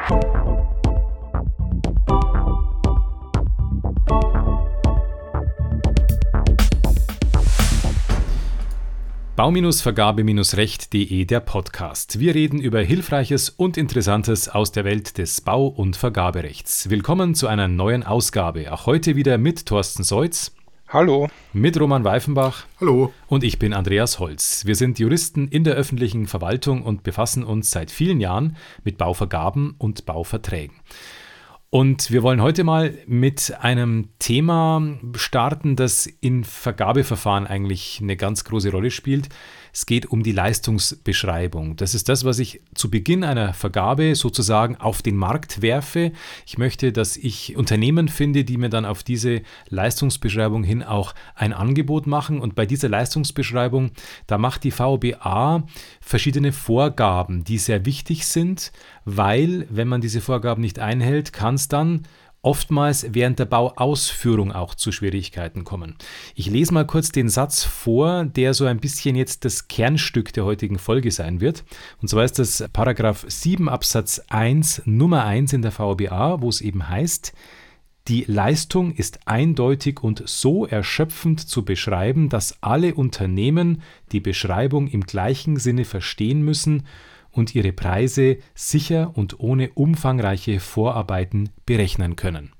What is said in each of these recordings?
Bau-Vergabe-Recht.de, der Podcast. Wir reden über Hilfreiches und Interessantes aus der Welt des Bau- und Vergaberechts. Willkommen zu einer neuen Ausgabe. Auch heute wieder mit Thorsten Seutz. Hallo. Mit Roman Weifenbach. Hallo. Und ich bin Andreas Holz. Wir sind Juristen in der öffentlichen Verwaltung und befassen uns seit vielen Jahren mit Bauvergaben und Bauverträgen. Und wir wollen heute mal mit einem Thema starten, das in Vergabeverfahren eigentlich eine ganz große Rolle spielt. Es geht um die Leistungsbeschreibung. Das ist das, was ich zu Beginn einer Vergabe sozusagen auf den Markt werfe. Ich möchte, dass ich Unternehmen finde, die mir dann auf diese Leistungsbeschreibung hin auch ein Angebot machen. Und bei dieser Leistungsbeschreibung, da macht die VBA verschiedene Vorgaben, die sehr wichtig sind, weil, wenn man diese Vorgaben nicht einhält, kann es dann oftmals während der Bauausführung auch zu Schwierigkeiten kommen. Ich lese mal kurz den Satz vor, der so ein bisschen jetzt das Kernstück der heutigen Folge sein wird. Und zwar ist das Paragraph 7 Absatz 1 Nummer 1 in der VBA, wo es eben heißt: Die Leistung ist eindeutig und so erschöpfend zu beschreiben, dass alle Unternehmen die Beschreibung im gleichen Sinne verstehen müssen und ihre Preise sicher und ohne umfangreiche Vorarbeiten berechnen können.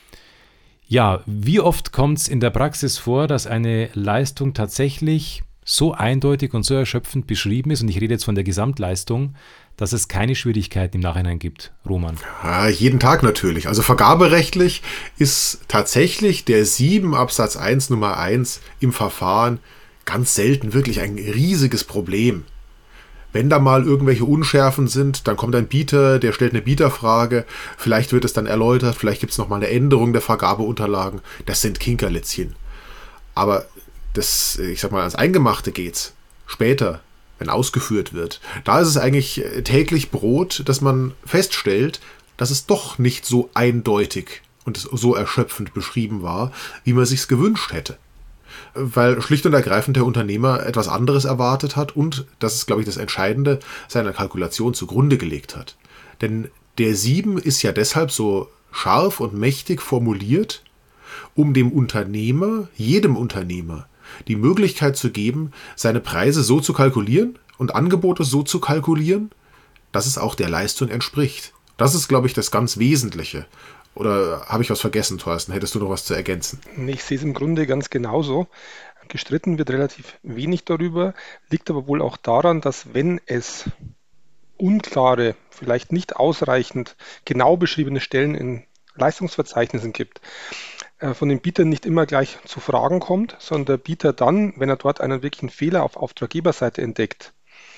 Ja, wie oft kommt es in der Praxis vor, dass eine Leistung tatsächlich so eindeutig und so erschöpfend beschrieben ist, und ich rede jetzt von der Gesamtleistung, dass es keine Schwierigkeiten im Nachhinein gibt, Roman? Ja, jeden Tag natürlich. Also vergaberechtlich ist tatsächlich der 7 Absatz 1 Nummer 1 im Verfahren ganz selten wirklich ein riesiges Problem. Wenn da mal irgendwelche Unschärfen sind, dann kommt ein Bieter, der stellt eine Bieterfrage, vielleicht wird es dann erläutert, vielleicht gibt es nochmal eine Änderung der Vergabeunterlagen. Das sind Kinkerlitzchen. Aber das, ich sag mal, ans Eingemachte geht's. Später, wenn ausgeführt wird. Da ist es eigentlich täglich Brot, dass man feststellt, dass es doch nicht so eindeutig und so erschöpfend beschrieben war, wie man sich's gewünscht hätte. Weil schlicht und ergreifend der Unternehmer etwas anderes erwartet hat und, das ist, glaube ich, das Entscheidende, seiner Kalkulation zugrunde gelegt hat. Denn der 7 ist ja deshalb so scharf und mächtig formuliert, um dem Unternehmer, jedem Unternehmer, die Möglichkeit zu geben, seine Preise so zu kalkulieren und Angebote so zu kalkulieren, dass es auch der Leistung entspricht. Das ist, glaube ich, das ganz Wesentliche. Oder habe ich was vergessen, Thorsten? Hättest du noch was zu ergänzen? Ich sehe es im Grunde ganz genauso. Gestritten wird relativ wenig darüber, liegt aber wohl auch daran, dass wenn es unklare, vielleicht nicht ausreichend genau beschriebene Stellen in Leistungsverzeichnissen gibt, von den Bietern nicht immer gleich zu Fragen kommt, sondern der Bieter dann, wenn er dort einen wirklichen Fehler auf Auftraggeberseite entdeckt,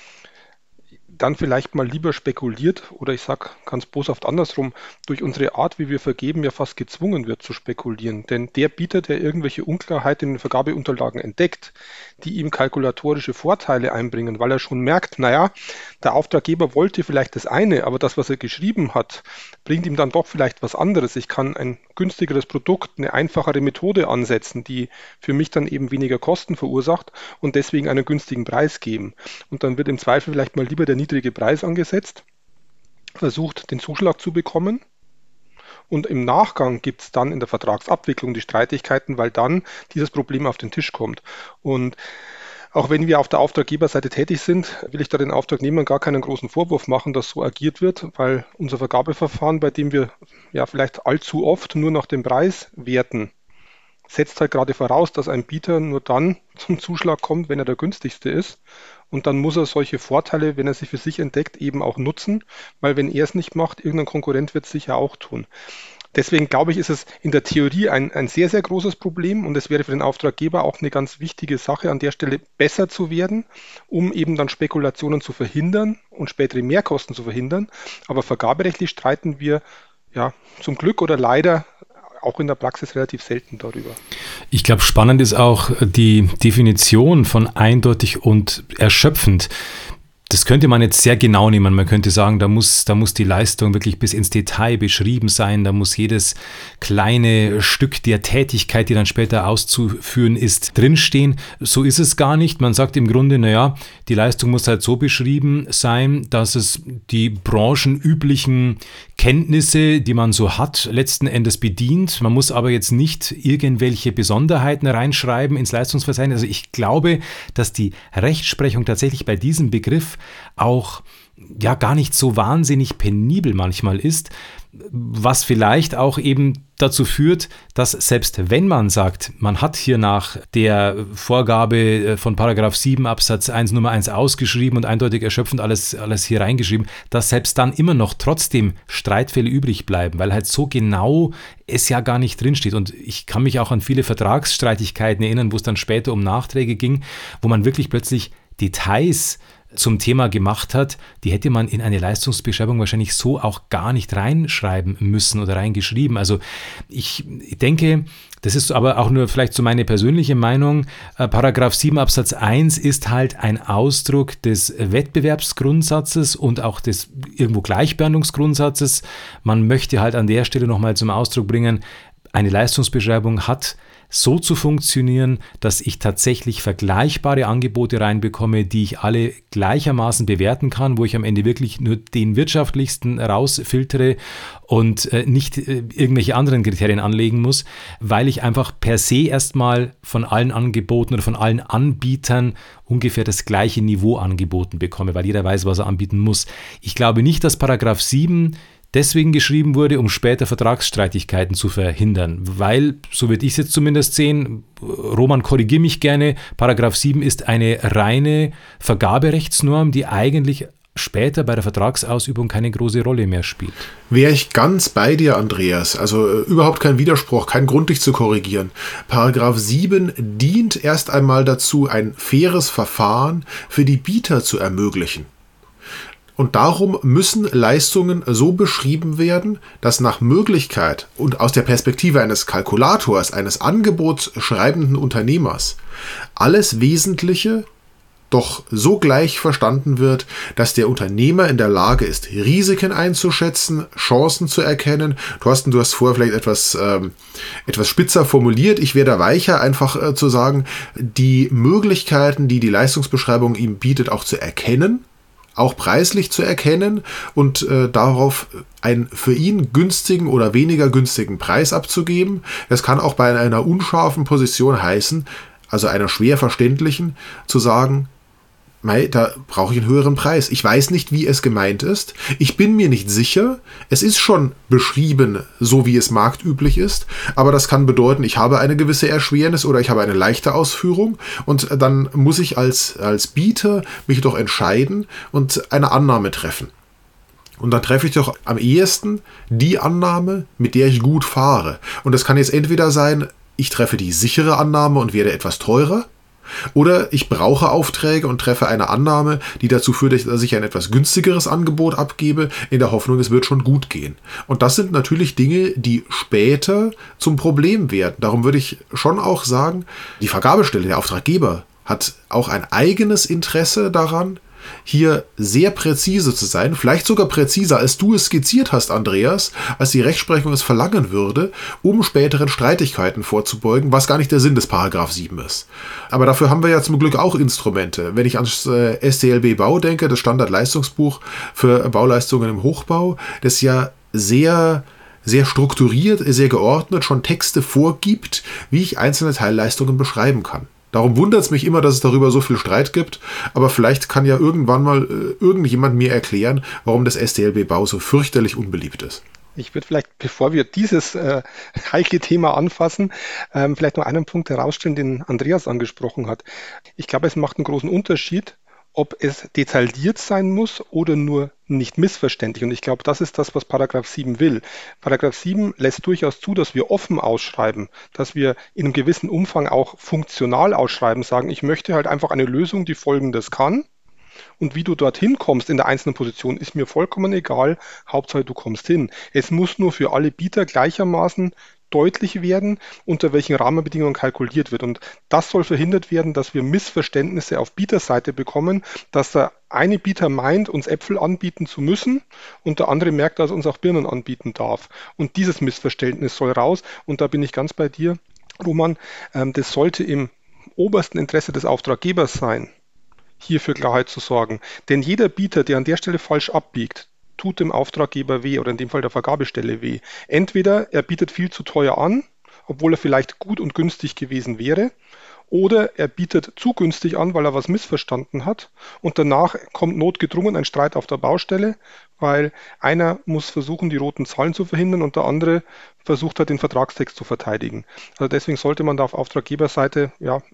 dann vielleicht mal lieber spekuliert oder ich sage ganz boshaft andersrum, durch unsere Art, wie wir vergeben, ja fast gezwungen wird zu spekulieren. Denn der Bieter, der irgendwelche Unklarheiten in den Vergabeunterlagen entdeckt, die ihm kalkulatorische Vorteile einbringen, weil er schon merkt, naja, der Auftraggeber wollte vielleicht das eine, aber das, was er geschrieben hat, bringt ihm dann doch vielleicht was anderes. Ich kann ein günstigeres Produkt, eine einfachere Methode ansetzen, die für mich dann eben weniger Kosten verursacht und deswegen einen günstigen Preis geben. Und dann wird im Zweifel vielleicht mal lieber der niedrige Preis angesetzt, versucht den Zuschlag zu bekommen und im Nachgang gibt es dann in der Vertragsabwicklung die Streitigkeiten, weil dann dieses Problem auf den Tisch kommt. Und auch wenn wir auf der Auftraggeberseite tätig sind, will ich da den Auftragnehmern gar keinen großen Vorwurf machen, dass so agiert wird, weil unser Vergabeverfahren, bei dem wir ja vielleicht allzu oft nur nach dem Preis werten, setzt halt gerade voraus, dass ein Bieter nur dann zum Zuschlag kommt, wenn er der günstigste ist. Und dann muss er solche Vorteile, wenn er sie für sich entdeckt, eben auch nutzen, weil wenn er es nicht macht, irgendein Konkurrent wird es sicher auch tun. Deswegen glaube ich, ist es in der Theorie ein sehr, sehr großes Problem und es wäre für den Auftraggeber auch eine ganz wichtige Sache, an der Stelle besser zu werden, um eben dann Spekulationen zu verhindern und spätere Mehrkosten zu verhindern. Aber vergaberechtlich streiten wir ja zum Glück oder leider auch in der Praxis relativ selten darüber. Ich glaube, spannend ist auch die Definition von eindeutig und erschöpfend. Das könnte man jetzt sehr genau nehmen. Man könnte sagen, da muss die Leistung wirklich bis ins Detail beschrieben sein. Da muss jedes kleine Stück der Tätigkeit, die dann später auszuführen ist, drinstehen. So ist es gar nicht. Man sagt im Grunde, naja, die Leistung muss halt so beschrieben sein, dass es die branchenüblichen Kenntnisse, die man so hat, letzten Endes bedient. Man muss aber jetzt nicht irgendwelche Besonderheiten reinschreiben ins Leistungsverzeichnis. Also ich glaube, dass die Rechtsprechung tatsächlich bei diesem Begriff auch ja gar nicht so wahnsinnig penibel manchmal ist, was vielleicht auch eben dazu führt, dass selbst wenn man sagt, man hat hier nach der Vorgabe von Paragraph 7 Absatz 1 Nummer 1 ausgeschrieben und eindeutig erschöpfend alles hier reingeschrieben, dass selbst dann immer noch trotzdem Streitfälle übrig bleiben, weil halt so genau es ja gar nicht drinsteht. Und ich kann mich auch an viele Vertragsstreitigkeiten erinnern, wo es dann später um Nachträge ging, wo man wirklich plötzlich Details zum Thema gemacht hat, die hätte man in eine Leistungsbeschreibung wahrscheinlich so auch gar nicht reinschreiben müssen oder reingeschrieben. Also ich denke, das ist aber auch nur vielleicht so meine persönliche Meinung, Paragraph 7 Absatz 1 ist halt ein Ausdruck des Wettbewerbsgrundsatzes und auch des irgendwo Gleichbehandlungsgrundsatzes. Man möchte halt an der Stelle nochmal zum Ausdruck bringen, eine Leistungsbeschreibung hat so zu funktionieren, dass ich tatsächlich vergleichbare Angebote reinbekomme, die ich alle gleichermaßen bewerten kann, wo ich am Ende wirklich nur den wirtschaftlichsten rausfiltere und nicht irgendwelche anderen Kriterien anlegen muss, weil ich einfach per se erstmal von allen Angeboten oder von allen Anbietern ungefähr das gleiche Niveau angeboten bekomme, weil jeder weiß, was er anbieten muss. Ich glaube nicht, dass Paragraph 7 deswegen geschrieben wurde, um später Vertragsstreitigkeiten zu verhindern, weil, so würde ich es jetzt zumindest sehen, Roman, korrigiere mich gerne, Paragraph 7 ist eine reine Vergaberechtsnorm, die eigentlich später bei der Vertragsausübung keine große Rolle mehr spielt. Wäre ich ganz bei dir, Andreas. Also überhaupt kein Widerspruch, kein Grund, dich zu korrigieren. Paragraph 7 dient erst einmal dazu, ein faires Verfahren für die Bieter zu ermöglichen. Und darum müssen Leistungen so beschrieben werden, dass nach Möglichkeit und aus der Perspektive eines Kalkulators, eines angebotsschreibenden Unternehmers, alles Wesentliche doch so gleich verstanden wird, dass der Unternehmer in der Lage ist, Risiken einzuschätzen, Chancen zu erkennen. Thorsten, du hast vorher vielleicht etwas spitzer formuliert. Ich wäre da weicher, einfach zu sagen, die Möglichkeiten, die die Leistungsbeschreibung ihm bietet, auch zu erkennen, auch preislich zu erkennen und darauf einen für ihn günstigen oder weniger günstigen Preis abzugeben. Das kann auch bei einer unscharfen Position heißen, also einer schwer verständlichen, zu sagen, da brauche ich einen höheren Preis. Ich weiß nicht, wie es gemeint ist. Ich bin mir nicht sicher. Es ist schon beschrieben, so wie es marktüblich ist. Aber das kann bedeuten, ich habe eine gewisse Erschwernis oder ich habe eine leichte Ausführung. Und dann muss ich als Bieter mich doch entscheiden und eine Annahme treffen. Und dann treffe ich doch am ehesten die Annahme, mit der ich gut fahre. Und das kann jetzt entweder sein, ich treffe die sichere Annahme und werde etwas teurer. Oder ich brauche Aufträge und treffe eine Annahme, die dazu führt, dass ich ein etwas günstigeres Angebot abgebe, in der Hoffnung, es wird schon gut gehen. Und das sind natürlich Dinge, die später zum Problem werden. Darum würde ich schon auch sagen, die Vergabestelle, der Auftraggeber, hat auch ein eigenes Interesse daran, hier sehr präzise zu sein, vielleicht sogar präziser, als du es skizziert hast, Andreas, als die Rechtsprechung es verlangen würde, um späteren Streitigkeiten vorzubeugen, was gar nicht der Sinn des Paragraph 7 ist. Aber dafür haben wir ja zum Glück auch Instrumente. Wenn ich ans StLB Bau denke, das Standardleistungsbuch für Bauleistungen im Hochbau, das ja sehr strukturiert, sehr geordnet schon Texte vorgibt, wie ich einzelne Teilleistungen beschreiben kann. Darum wundert es mich immer, dass es darüber so viel Streit gibt, aber vielleicht kann ja irgendwann mal irgendjemand mir erklären, warum das StLB Bau so fürchterlich unbeliebt ist. Ich würde vielleicht, bevor wir dieses heikle Thema anfassen, vielleicht noch einen Punkt herausstellen, den Andreas angesprochen hat. Ich glaube, es macht einen großen Unterschied, ob es detailliert sein muss oder nur nicht missverständlich. Und ich glaube, das ist das, was Paragraph 7 will. Paragraph 7 lässt durchaus zu, dass wir offen ausschreiben, dass wir in einem gewissen Umfang auch funktional ausschreiben, sagen, ich möchte halt einfach eine Lösung, die Folgendes kann. Und wie du dorthin kommst in der einzelnen Position, ist mir vollkommen egal. Hauptsache, du kommst hin. Es muss nur für alle Bieter gleichermaßen deutlich werden, unter welchen Rahmenbedingungen kalkuliert wird. Und das soll verhindert werden, dass wir Missverständnisse auf Bieterseite bekommen, dass der eine Bieter meint, uns Äpfel anbieten zu müssen und der andere merkt, dass er uns auch Birnen anbieten darf. Und dieses Missverständnis soll raus. Und da bin ich ganz bei dir, Roman. Das sollte im obersten Interesse des Auftraggebers sein, hier für Klarheit zu sorgen. Denn jeder Bieter, der an der Stelle falsch abbiegt, tut dem Auftraggeber weh oder in dem Fall der Vergabestelle weh. Entweder er bietet viel zu teuer an, obwohl er vielleicht gut und günstig gewesen wäre, oder er bietet zu günstig an, weil er was missverstanden hat und danach kommt notgedrungen ein Streit auf der Baustelle, weil einer muss versuchen, die roten Zahlen zu verhindern und der andere versucht hat, den Vertragstext zu verteidigen. Also deswegen sollte man da auf Auftraggeberseite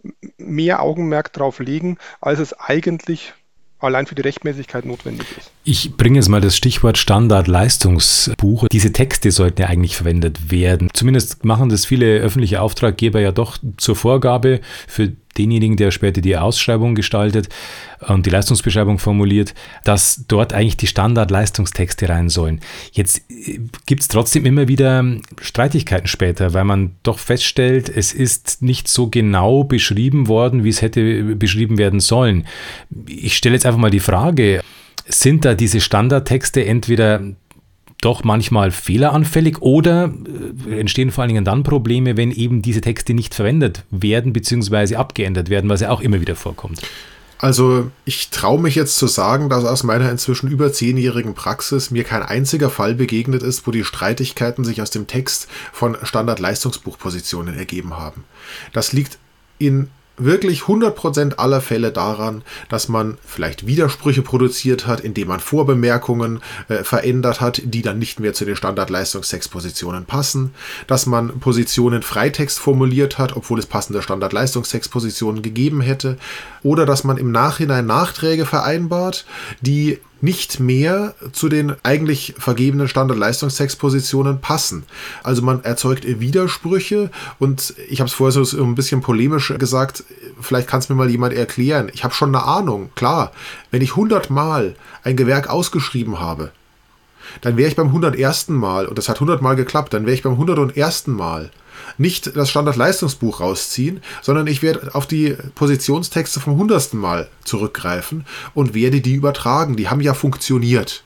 mehr Augenmerk drauf legen, als es eigentlich allein für die Rechtmäßigkeit notwendig ist. Ich bringe jetzt mal das Stichwort Standardleistungsbuch. Diese Texte sollten ja eigentlich verwendet werden. Zumindest machen das viele öffentliche Auftraggeber ja doch zur Vorgabe für denjenigen, der später die Ausschreibung gestaltet und die Leistungsbeschreibung formuliert, dass dort eigentlich die Standardleistungstexte rein sollen. Jetzt gibt es trotzdem immer wieder Streitigkeiten später, weil man doch feststellt, es ist nicht so genau beschrieben worden, wie es hätte beschrieben werden sollen. Ich stelle jetzt einfach mal die Frage, sind da diese Standardtexte entweder doch manchmal fehleranfällig oder entstehen vor allen Dingen dann Probleme, wenn eben diese Texte nicht verwendet werden bzw. abgeändert werden, was ja auch immer wieder vorkommt? Also ich traue mich jetzt zu sagen, dass aus meiner inzwischen über 10-jährigen Praxis mir kein einziger Fall begegnet ist, wo die Streitigkeiten sich aus dem Text von Standardleistungsbuchpositionen ergeben haben. Das liegt in wirklich 100% aller Fälle daran, dass man vielleicht Widersprüche produziert hat, indem man Vorbemerkungen verändert hat, die dann nicht mehr zu den Standardleistungstextpositionen passen, dass man Positionen Freitext formuliert hat, obwohl es passende Standardleistungstextpositionen gegeben hätte, oder dass man im Nachhinein Nachträge vereinbart, die nicht mehr zu den eigentlich vergebenen Standardleistungstextpositionen passen. Also man erzeugt Widersprüche und ich habe es vorher so ein bisschen polemisch gesagt, vielleicht kann es mir mal jemand erklären. Ich habe schon eine Ahnung, klar, wenn ich 100 Mal ein Gewerk ausgeschrieben habe, dann wäre ich beim 101. Mal, und das hat 100 Mal geklappt, dann wäre ich beim 101. Mal nicht das Standardleistungsbuch rausziehen, sondern ich werde auf die Positionstexte vom 100. Mal zurückgreifen und werde die übertragen. Die haben ja funktioniert.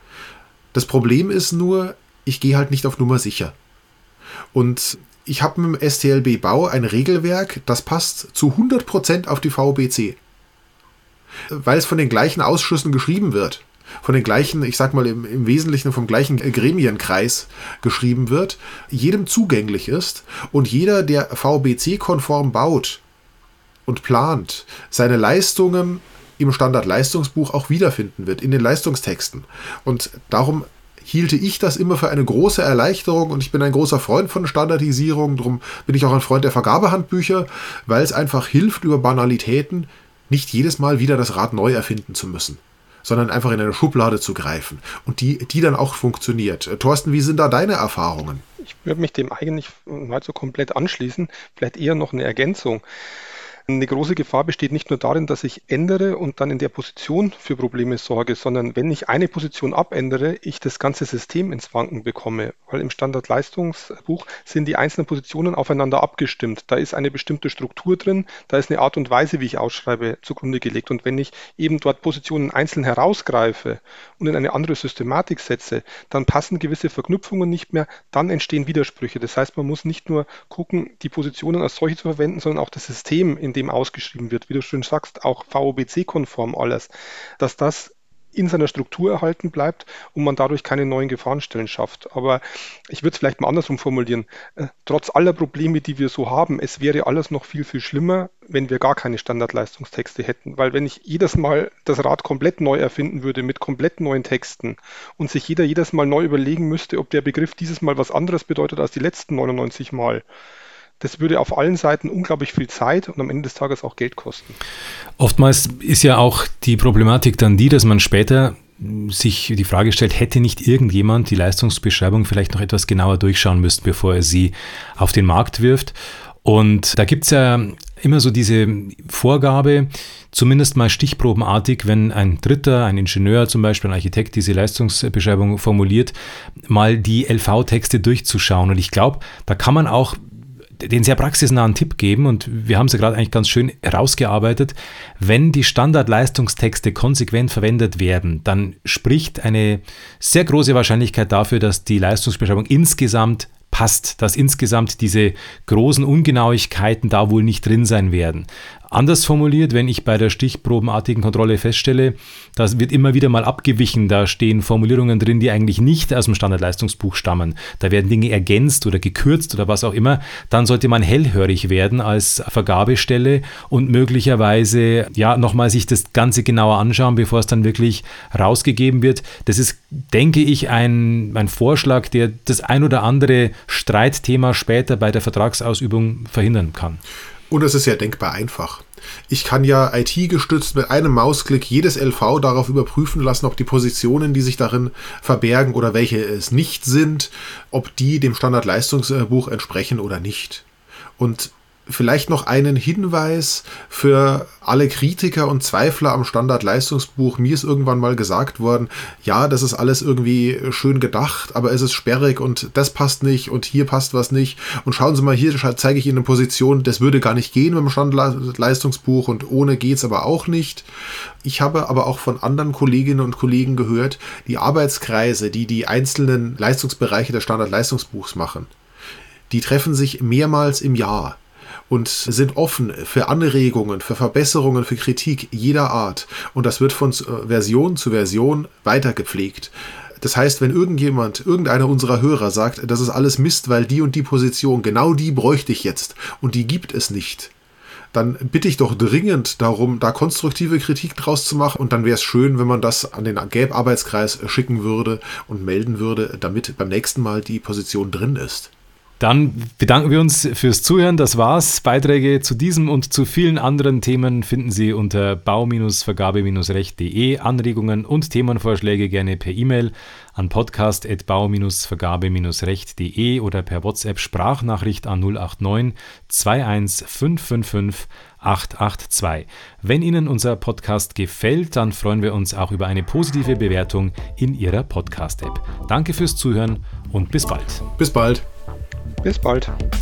Das Problem ist nur, ich gehe halt nicht auf Nummer sicher. Und ich habe mit dem STLB Bau ein Regelwerk, das passt zu 100% auf die VOBC. Weil es von den gleichen Ausschüssen geschrieben wird. Von den gleichen, ich sag mal im Wesentlichen vom gleichen Gremienkreis geschrieben wird, jedem zugänglich ist und jeder, der VOBC-konform baut und plant, seine Leistungen im Standardleistungsbuch auch wiederfinden wird, in den Leistungstexten. Und darum hielte ich das immer für eine große Erleichterung und ich bin ein großer Freund von Standardisierung, darum bin ich auch ein Freund der Vergabehandbücher, weil es einfach hilft, über Banalitäten nicht jedes Mal wieder das Rad neu erfinden zu müssen, sondern einfach in eine Schublade zu greifen und die dann auch funktioniert. Thorsten, wie sind da deine Erfahrungen? Ich würde mich dem eigentlich mal so komplett anschließen, vielleicht eher noch eine Ergänzung. Eine große Gefahr besteht nicht nur darin, dass ich ändere und dann in der Position für Probleme sorge, sondern wenn ich eine Position abändere, ich das ganze System ins Wanken bekomme. Weil im Standardleistungsbuch sind die einzelnen Positionen aufeinander abgestimmt. Da ist eine bestimmte Struktur drin, da ist eine Art und Weise, wie ich ausschreibe, zugrunde gelegt. Und wenn ich eben dort Positionen einzeln herausgreife und in eine andere Systematik setze, dann passen gewisse Verknüpfungen nicht mehr, dann entstehen Widersprüche. Das heißt, man muss nicht nur gucken, die Positionen als solche zu verwenden, sondern auch das System, in dem ausgeschrieben wird, wie du schön sagst, auch VOBC-konform alles, dass das in seiner Struktur erhalten bleibt und man dadurch keine neuen Gefahrenstellen schafft. Aber ich würde es vielleicht mal andersrum formulieren. Trotz aller Probleme, die wir so haben, es wäre alles noch viel, viel schlimmer, wenn wir gar keine Standardleistungstexte hätten. Weil wenn ich jedes Mal das Rad komplett neu erfinden würde mit komplett neuen Texten und sich jeder jedes Mal neu überlegen müsste, ob der Begriff dieses Mal was anderes bedeutet als die letzten 99 Mal, das würde auf allen Seiten unglaublich viel Zeit und am Ende des Tages auch Geld kosten. Oftmals ist ja auch die Problematik dann die, dass man später sich die Frage stellt, hätte nicht irgendjemand die Leistungsbeschreibung vielleicht noch etwas genauer durchschauen müssen, bevor er sie auf den Markt wirft. Und da gibt es ja immer so diese Vorgabe, zumindest mal stichprobenartig, wenn ein Dritter, ein Ingenieur zum Beispiel, ein Architekt diese Leistungsbeschreibung formuliert, mal die LV-Texte durchzuschauen. Und ich glaube, da kann man auch den sehr praxisnahen Tipp geben und wir haben es ja gerade eigentlich ganz schön herausgearbeitet. Wenn die Standardleistungstexte konsequent verwendet werden, dann spricht eine sehr große Wahrscheinlichkeit dafür, dass die Leistungsbeschreibung insgesamt passt, dass insgesamt diese großen Ungenauigkeiten da wohl nicht drin sein werden. Anders formuliert, wenn ich bei der stichprobenartigen Kontrolle feststelle, das wird immer wieder mal abgewichen, da stehen Formulierungen drin, die eigentlich nicht aus dem Standardleistungsbuch stammen, da werden Dinge ergänzt oder gekürzt oder was auch immer, dann sollte man hellhörig werden als Vergabestelle und möglicherweise nochmal sich das Ganze genauer anschauen, bevor es dann wirklich rausgegeben wird. Das ist, denke ich, ein Vorschlag, der das ein oder andere Streitthema später bei der Vertragsausübung verhindern kann. Und es ist ja denkbar einfach. Ich kann ja IT-gestützt mit einem Mausklick jedes LV darauf überprüfen lassen, ob die Positionen, die sich darin verbergen oder welche es nicht sind, ob die dem Standardleistungsbuch entsprechen oder nicht. Und vielleicht noch einen Hinweis für alle Kritiker und Zweifler am Standardleistungsbuch. Mir ist irgendwann mal gesagt worden, ja, das ist alles irgendwie schön gedacht, aber es ist sperrig und das passt nicht und hier passt was nicht. Und schauen Sie mal, hier zeige ich Ihnen eine Position, das würde gar nicht gehen mit dem Standardleistungsbuch und ohne geht's aber auch nicht. Ich habe aber auch von anderen Kolleginnen und Kollegen gehört, die Arbeitskreise, die einzelnen Leistungsbereiche des Standardleistungsbuchs machen, die treffen sich mehrmals im Jahr und sind offen für Anregungen, für Verbesserungen, für Kritik jeder Art. Und das wird von Version zu Version weitergepflegt. Das heißt, wenn irgendeiner unserer Hörer sagt, das ist alles Mist, weil die und die Position, genau die bräuchte ich jetzt und die gibt es nicht, dann bitte ich doch dringend darum, da konstruktive Kritik draus zu machen. Und dann wäre es schön, wenn man das an den GAP-Arbeitskreis schicken würde und melden würde, damit beim nächsten Mal die Position drin ist. Dann bedanken wir uns fürs Zuhören. Das war's. Beiträge zu diesem und zu vielen anderen Themen finden Sie unter bau-vergabe-recht.de. Anregungen und Themenvorschläge gerne per E-Mail an podcast@bau-vergabe-recht.de oder per WhatsApp-Sprachnachricht an 089 21 555 882. Wenn Ihnen unser Podcast gefällt, dann freuen wir uns auch über eine positive Bewertung in Ihrer Podcast-App. Danke fürs Zuhören und bis bald. Bis bald. Bis bald.